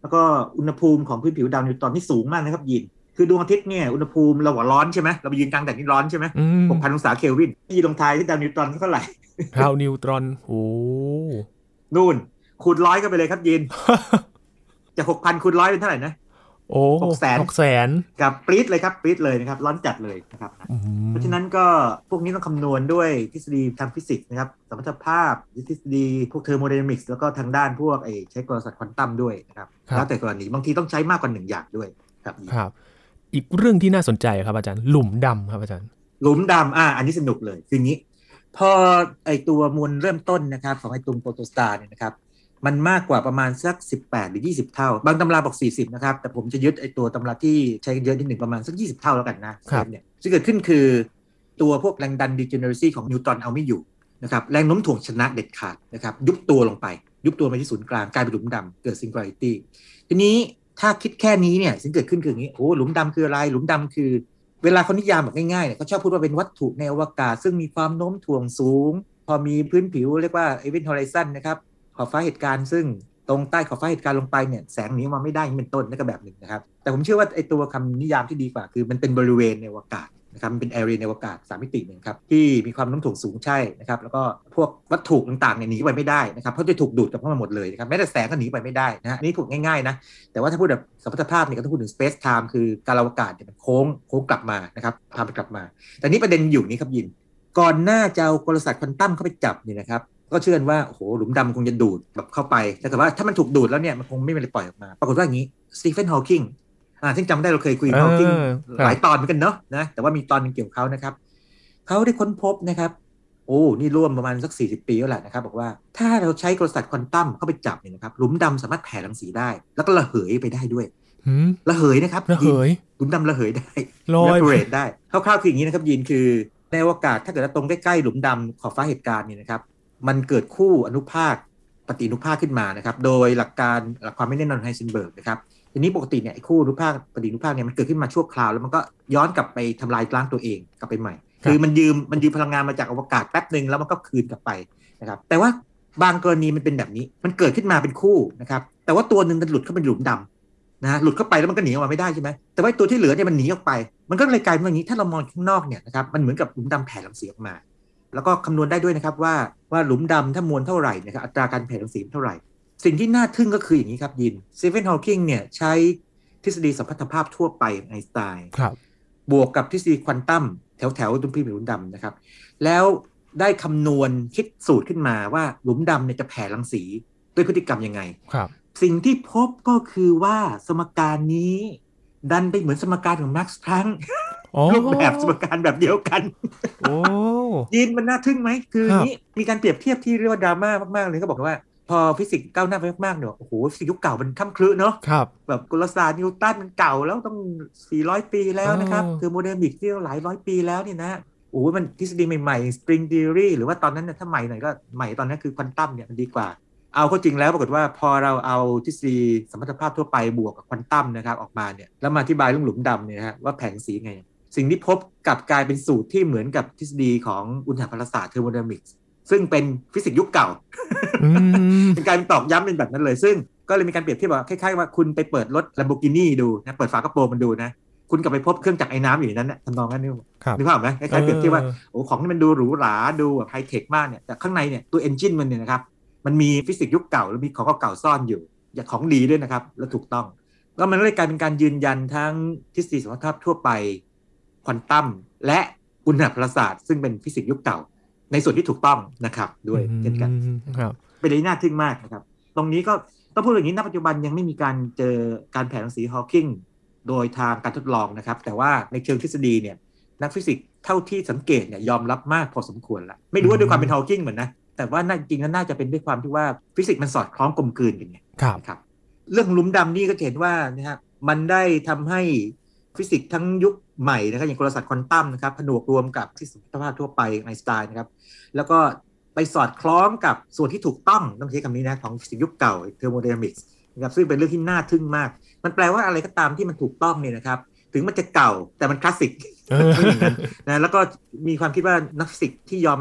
S2: แล้วก็อุณหภูมิของพื้นผิวดาวนิวตอนนี่สูงมากนะครับยินคือดวงอาทิตย์เนี่ยอุณหภูมิเราว่าร้อนใช่ไหมเราไปยืนกลางแดดนี่ร้อนใช่ไหม หกพัน องศาเคลวินที่ลงท้ายที่ดาวนิวตรอนเท่าไหร่
S1: ดาวนิวตรอนโอ้
S2: นู่นคูณร้อยก็ไปเลยครับยิน จาก หกพัน คูณร้อยเป็นเท่าไหร่นะ
S1: โอ้หกแสนหกแสน
S2: กับปรี๊ดเลยครับปรี๊ดเลยนะครับร้อนจัดเลยนะครับเพราะฉะนั้นก็พวกนี้ต้องคำนวณด้วยทฤษฎีทางฟิสิกส์นะครับสมรรถภาพทฤษฎีพวกเทอร์โมไดนามิกส์แล้วก็ทางด้านพวกไอ้ใช้กลศาสตร์ควอนตัมด้วยนะครับแล้วแต่กรณีบางทีต้องใช้มากกว่าหนึ่งอย่างด้วยครับ
S1: ครับอีกเรื่องที่น่าสนใจครับอาจารย์หลุมดำครับอาจารย์
S2: หลุมดำอ่าอันนี้สนุกเลยคืองี้พอไอตัวมวลเริ่มต้นนะครับของไอตุ่มโปรโตสตาร์เนี่ยนะครับมันมากกว่าประมาณสักสิบแปดหรือยี่สิบเท่าบางตำราบอกสี่สิบนะครับแต่ผมจะยึดไอตัวตำราที่ใช้เยอะนิดหนึ่งประมาณสักยี่สิบเท่าแล้วกันนะครับเนี่ยที่เกิดขึ้นคือตัวพวกแรงดัน degeneracy ของนิวตรอนเอาไม่อยู่นะครับแรงโน้มถ่วงชนะเด็ดขาดนะครับยุบตัวลงไปยุบตัวไปที่ศูนย์กลางกลายเป็นหลุมดำเกิด singularity ทีนี้ถ้าคิดแค่นี้เนี่ยสิ่งเกิดขึ้นคืออย่างนี้โอ้หลุมดำคืออะไรหลุมดำคือเวลาเขานิยามแบบง่ายๆเนี่ยเขาชอบพูดว่าเป็นวัตถุในอวกาศซึ่งมีความโน้มถ่วงสูงพอมีพื้นผิวเรียกว่า event horizon นะครับขอบฟ้าเหตุการณ์ซึ่งตรงใต้ขอบฟ้าเหตุการณ์ลงไปเนี่ยแสงหนีมาไม่ได้เป็นต้นนั่นก็แบบหนึ่งนะครับแต่ผมเชื่อว่าไอ้ตัวคำนิยามที่ดีกว่าคือมันเป็นบริเวณในอวกาศนะครับมันเป็น area ในอวกาศสามมิตินึงครับที่มีความโน้มถ่วงสูงใช่นะครับแล้วก็พวกวัตถุต่างๆเนี่ยหนีไปไม่ได้นะครับเพราะจะถูกดูดกลับเข้ามาหมดเลยนะครับแม้แต่แสงก็หนีไปไม่ได้นะนี่พูดง่ายๆนะแต่ว่าถ้าพูดแบบสมรรถภาพเนี่ยก็ต้องพูดถึง space time คือการอวกาศเนี่ยมันโค้งโค้งกลับมานะครับพาไปกลับมาแต่นี่ประเด็นอยู่นี้ครับยินก่อนหน้าจะเอากลศาสตร์ควอนตัมเข้าไปจับเนี่ยนะครับก็เชื่อว่าโอ้โหหลุมดำคงจะดูดแบบเข้าไปแต่ว่าถ้ามันถูกดูดแล้วเนี่ยมันคงไม่มีอะไรปล่อยออกมาปรากฏว่าอย่างนี้สตีเฟนฮอว์กิงอ่าซึ่งจำได้เราเคยคุยฮอว์กิงหลายตอนเหมือนกันเนาะนะแต่ว่ามีตอนนึงเกี่ยวกับเขานะครับเขาได้ค้นพบนะครับโอ้นี่ร่วมประมาณสักสี่สิบปีแล้วแหละนะครับบอกว่าถ้าเราใช้กลศาสตร์ควอนตัมเข้าไปจับเนี่ยนะครับหลุมดำสามารถแผ่รังสีได้แล้วก็ระเหยไปได้ด้วยระเหยนะครับ
S1: ระเหย
S2: หลุมดำระเหยได้
S1: ลอย
S2: เรดได้คร่าวๆคืออย่างนี้นะครับยินคือในอวกาศถ้าเกิดตรงใกล้ๆหลุมดำขอบฟ้าเหตุการณ์เนี่ยนะครับมันเกิดคู่อนุภาคปฏิอนุภาคขึ้นมานะครับโดยหลักการหลักความไม่แน่นอนไฮเซนเบิร์กนะครับทีนี้ปกติเนี่ยคู่อนุภาคปฏิอนุภาคเนี่ยมันเกิดขึ้นมาชั่วคราวแล้วมันก็ย้อนกลับไปทำลายล้างตัวเองกลับไปใหม่คือมันยืมมันยืมพลังงานมาจากอวกาศแป๊บนึงแล้วมันก็คืนกลับไปนะครับแต่ว่าบางกรณีมันเป็นแบบนี้มันเกิดขึ้นมาเป็นคู่นะครับแต่ว่าตัวนึงมันหลุดเข้าไปหลุมดำนะหลุดเข้าไปแล้วมันก็หนีออกมาไม่ได้ใช่ไหมแต่ว่าตัวที่เหลือเนี่ยมันหนีออกไปมันก็เลยกลายเป็นอย่างนี้ถ้าเรามองข้างนอกเนี่ยนะครับมันเหมือนกับหลุมดำแผ่รังสีออกมาแล้วก็คำนวณได้ด้วยนะครับว่าว่าหลุมดำถ้ามวลเท่าไหร่นะครับอัตราการแผ่รังสีเท่าไหร่สิ่งที่น่าทึ่งก็คืออย่างนี้ครับยินสตีเฟนฮอว์กิงเนี่ยใช้ทฤษฎีสัมพัทธภาพทั่วไปไอน์สไตน์บวกกับทฤษฎีควอนตัมแถวแถวตรงพื้นผิวหลุมดำนะครับแล้วได้คำนวณคิดสูตรขึ้นมาว่าหลุมดำเนี่ยจะแผ่รังสีด้วยพฤติกรรมยังไงสิ่งที่พบก็คือว่าสมการนี้ดันไปเหมือนสมการของแม็กซ์พลังก์รูปแบบสมการแบบเดียวกันยินมันน่าทึ่งไหมคือนี้มีการเปรียบเทียบที่เรียกว่าดราม่ามากๆเลยเขาบอกว่าพอฟิสิกส์ก้าวหน้าไปมากๆเนี่ยโอ้โหฟิสิกส์ยุคเก่ามันค่ำครึเนาะแบบกลศาสตร์นิวตันมันเก่าแล้วต้องสี่ร้อยปีแล้วนะครับคือโมเดลมิกที่หลายร้อยปีแล้วเนี่ยนะโอ้มันทฤษฎีใหม่ๆ string theory หรือว่าตอนนั้นเนี่ยถ้าใหม่หน่อยก็ใหม่ตอนนั้นคือควอนตัมเนี่ยมันดีกว่าเอาเข้าจริงแล้วปรากฏว่าพอเราเอาทฤษฎีสมรรถภาพทั่วไปบวกกับควอนตัมนะครับออกมาเนี่ยแล้วมาอธิบายเรื่องหลุมดำเนี่ยนะฮะว่าแผงสีไงสิ่งที่พบกลับกลายเป็นสูตรที่เหมือนกับทฤษฎีของอุณหภาคศาสตร์เทอร์โมไดนามิกส์ซึ่งเป็นฟิสิกส์ยุคเก่า เป็นการตอกย้ำเป็นแบบนั้นเลยซึ่งก็เลยมีการเปรียบเทียบว่าคล้ายๆว่าคุณไปเปิดรถ Lamborghini ดูนะเปิดฝากระโปรงมันดูนะคุณกลับไปพบเครื่องจักรไอ้น้ำอยู่ในนั้นนะทำนองนั้นนี่นึกภาพไหมคล้ายๆเปรียบเทียบว่าโอ้ของที่มันดูหรูหราดูแบบไฮเทคมากเนี่ยแต่ข้างในเนี่ยตัวเอนจินมันเนี่ยนะครับมันมีฟิสิกส์ยุคเก่าแล้วมีของเก่าซ่อนอยู่อย่างของดีด้วยนะครับแล้วถูกต้องก็มันเลยกลายเป็นการยืนยันทั้งทฤษฎีสมรรถภาพทั่วไปควอนตัมและอุณหภาคศาสตร์ซึ่งเป็นฟิสิกส์ยุคเก่าในส่วนที่ถูกต้องนะครับด้วยเช่นกันเป็นอะไรน่าทึ่งมากนะครับตรงนี้ก็ต้องพูดอย่างนี้ณปัจจุบันยังไม่มีการเจอการแผ่รังสีฮอว์กิงโดยทางการทดลองนะครับแต่ว่าในเชิงทฤษฎีเนี่ยนักฟิสิกส์เท่าที่สังเกตเนี่ยยอมรับมากพอสมควรละไม่รู้ว่าด้วยความเป็นฮอว์กิงเหมือนนะแต่ว่าน่าจริงๆน่าจะเป็นด้วยความที่ว่าฟิสิกส์มันสอดคล้องกลมกลืนกันไงครับเรื่องหลุมดำนี่ก็เห็นว่านะฮะมันได้ทำให้ฟิสิกส์ทั้งยุคใหม่นะครับอย่างกลศาสตร์ควอนตัมนะครับผนวกรวมกับทฤษฎีสมรรถภาพทั่วไปไอน์สไตน์นะครับแล้วก็ไปสอดคล้องกับส่วนที่ถูกต้องต้องใช้คำนี้นะของฟิสิกส์ยุคเก่าเทอร์โมไดนามิกส์นะครับซึ่งเป็นเรื่องที่น่าทึ่งมากมันแปลว่าอะไรก็ตามที่มันถูกต้องเนี่ยนะครับถึงมันจะเก่าแต่มันคลาสสิกนะแล้วก็มีความคิดว่านักฟิสิกส์ที่ยอมรับ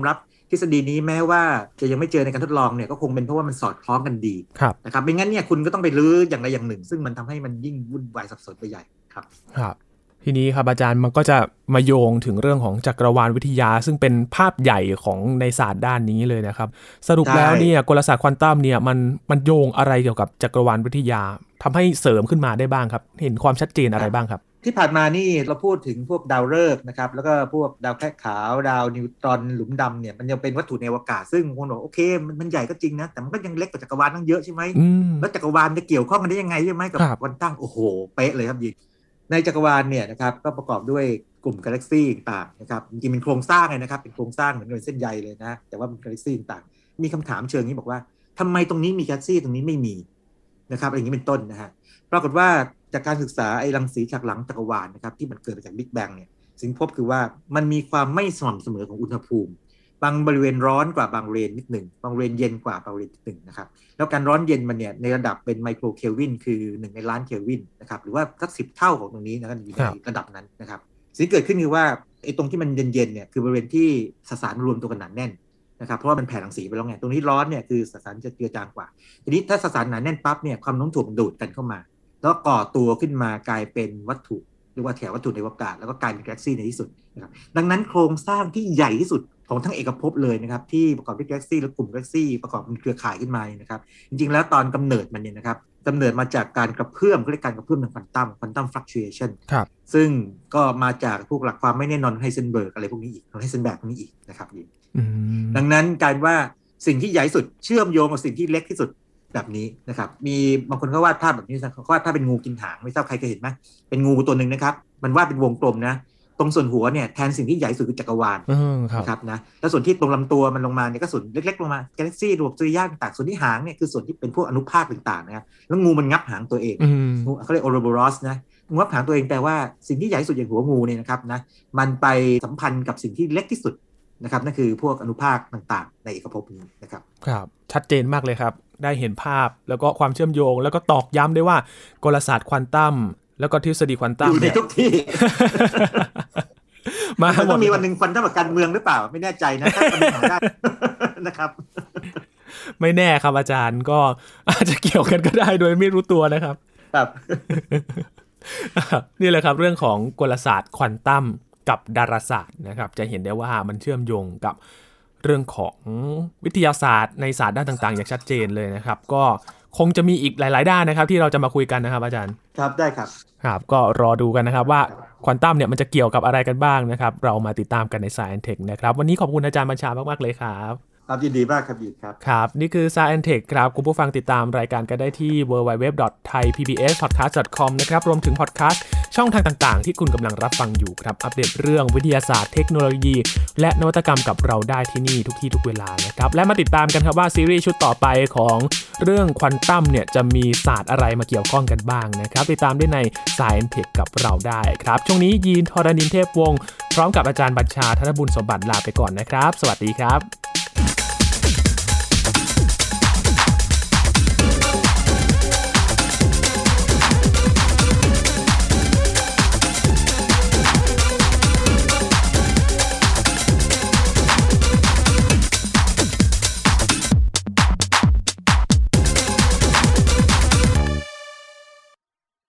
S2: ทฤษฎีนี้แม้ว่าจะยังไม่เจอในการทดลองเนี่ยก็คงเป็นเพราะว่ามันสอดคล้องกันดีนะครับไม่งั้นเนี่ยคุณก็ต้องไปรื้ออย่างใดอย่างหนึ่งซึ่งมันทำให้มันยิ่งวุ่นวายสับสนไปใหญ่ครับ
S1: ครับทีนี้ครับอาจารย์มันก็จะมาโยงถึงเรื่องของจักรวาลวิทยาซึ่งเป็นภาพใหญ่ของในศาสตร์ด้านนี้เลยนะครับสรุปแล้วเนี่ยกลศาสตร์ควอนตัมเนี่ยมันมันโยงอะไรเกี่ยวกับจักรวาลวิทยาทำให้เสริมขึ้นมาได้บ้างครับเห็นความชัดเจนอะไรบ้างครับ
S2: ที่ผ่านมานี่เราพูดถึงพวกดาวฤกษ์นะครับแล้วก็พวกดาวแคระขาวดาวนิวตรอนหลุมดำเนี่ยมันยังเป็นวัตถุในอวกาศซึ่งคนบอกโอเคมันมันใหญ่ก็จริงนะแต่มันก็ยังเล็กกว่าจักรวาลตั้งเยอะใช่ไหมแล้วจักรวาลจะเกี่ยวข้องกันได้ยังไงใช่ไหมกับควอนตัมโอ้โหเป๊ะเลยครับยิงในจักรวาลเนี่ยนะครับก็ประกอบด้วยกลุ่มกาแล็กซี่ต่างๆนะครับจริงๆเป็นโครงสร้างเลยนะครับเป็นโครงสร้างเหมือนเป็นเส้นใยเลยนะแต่ว่าเป็นกาแล็กซี่ต่างๆมีคำถามเชิงนี้บอกว่าทำไมตรงนี้มีกาแล็กซี่ตรงนี้ไม่มีนะครับอย่างนี้เป็นต้นนะฮะปรากฏว่าจากการศึกษาไอ้รังสีฉากหลังจักรวาลนะครับที่มันเกิดมาจากบิ๊กแบงเนี่ยสิ่งพบคือว่ามันมีความไม่สม่ำเสมอของอุณหภูมิบางบริเวณร้อนกว่าบางเรนนิดหนึ่งบางเรนเย็นกว่าบางเรนนิดหนึ่งนะครับแล้วการร้อนเย็นมันเนี่ยในระดับเป็นไมโครเคลวินคือหนึ่งในล้านเคลวินนะครับหรือว่าสักสิบเท่าของตรงนี้นะครับอยู่ในระดับนั้นนะครับสิ่งที่เกิดขึ้นคือว่าไอ้ตรงที่มันเย็นๆเนี่ยคือบริเวณที่สสารรวมตัวกันหนาแน่นนะครับเพราะว่ามันแผ่รังสีไปแล้วไงตรงนี้ร้อนเนี่ยคือสสารจะเจือจางกว่าทีนี้ถ้าสสารหนาแน่นปั๊บเนี่ยความโน้มถ่วงดูดกันเข้ามาแล้วก่อตัวขึ้นมากลายเป็นวัตถุเรียกว่าแถววัตถุในอวกาศแล้วก็กลายเป็นกาแล็กซี่ในที่สุดนะครับดังนั้นโครงสร้างที่ใหญ่ที่สุดของทั้งเอกภพเลยนะครับที่ประกอบด้วยกาแล็กซี่และกลุ่มกาแล็กซี่ประกอบเป็นเครือข่ายขึ้นมานะครับจริงๆแล้วตอนกำเนิดมันเนี่ยนะครับกำเนิดมาจากการกระเพื่อมเรียกการกระเพื่อมทางควอนตัมควอนตัมฟลักชูเอชันซึ่งก็มาจากพวกหลักความไม่แน่นอนไฮเซนเบิร์กอะไรพวกนี้อีกไฮเซนแบร์กพวกนี้อีกนะครับดังนั้นการว่าสิ่งที่ใหญ่สุดเชื่อมโยงกับสิ่งที่เล็กที่สุดแบบนี้นะครับมีบางคนเขาวาดภาพแบบนี้เขาวาดภาพเป็นงูกินหางไม่ทราบใครเคยเห็นไหมเป็นงูตัวหนึ่งนะครับมันวาดเป็นวงกลมนะตรงส่วนหัวเนี่ยแทนสิ่งที่ใหญ่สุดคือจักรวาลนะครับนะแล้วส่วนที่ตรงลำตัวมันลงมาเนี่ยก็ส่วนเล็กๆลงมากาแล็กซี่ระบบสุริยะต่างส่วนที่หางเนี่ยคือส่วนที่เป็นพวกอนุภาคต่างๆนะครับแล้วงูมันงับหางตัวเองงูเขาเรียกโอโรโบรอสนะงับหางตัวเองแปลว่าสิ่งที่ใหญ่สุดอย่างหัวงูเนี่ยนะครับนะมันไปสัมพันธ์กับสิ่งที่เล็กที่สุดนะครับนั่นคือพวกอนุภาคต่างๆในเอกภพนี้นะครับ
S1: ครับชัดเจนมากเลยครับได้เห็นภาพแล้วก็ความเชื่อมโยงแล้วก็ตอกย้ำได้ว่ากลศาสตร์ควอนตัมแล้วก็ทฤษฎีควอนตัม
S2: อยู่ในทุกที่มาหมดต้องมีวันหนึ่งควอนตัมกับการเมืองหรือเปล่าไม่แน่ใจนะถ้าจะมีหาได้นะครับ
S1: ไม่แน่ครับอาจารย์ก็อาจจะเกี่ยวกันก็ได้โดยไม่รู้ตัวนะครับ
S2: ครับ
S1: นี่แหละครับเรื่องของกลศาสตร์ควอนตัมกับดาราศาสตร์นะครับจะเห็นได้ว่ามันเชื่อมโยงกับเรื่องของวิทยาศาสตร์ในศาสตร์ด้านต่างๆอย่างชัดเจนเลยนะครับก็คงจะมีอีกหลายๆด้านนะครับที่เราจะมาคุยกันนะครับอาจารย์
S2: ครับได้ครับ
S1: ครับก็รอดูกันนะครับว่าควอนตัมเนี่ยมันจะเกี่ยวกับอะไรกันบ้างนะครับเรามาติดตามกันใน Science Tech นะครับวันนี้ขอบคุณอาจารย์บัญชามากๆเลยครับ
S2: ครับยินดีมากครับยินครับ
S1: ครับนี่คือ Science Tech ครับคุณผู้ฟังติดตามรายการกันได้ที่ ดับเบิลยู ดับเบิลยู ดับเบิลยู ดอท ไทย พี บี เอส พอดแคสต์ ดอท คอม นะครับรวมถึงพอดแคสต์ช่องทางต่างๆที่คุณกำลังรับฟังอยู่ครับอัปเดตเรื่องวิทยาศาสตร์เทคโนโลยีและนวัตกรรมกับเราได้ที่นี่ทุกที่ทุกเวลานะครับและมาติดตามกันครับว่าซีรีส์ชุดต่อไปของเรื่องควอนตัมเนี่ยจะมีศาสตร์อะไรมาเกี่ยวข้องกันบ้างนะครับติดตามได้ใน Science Tech กับเราได้ครับช่วงนี้ยีน ธรณินทร์ เทพวงศ์พร้อมกับอาจารย์บัญชา ธนบุญสมบัติลาไปก่อนนะครับสวัสดีครับ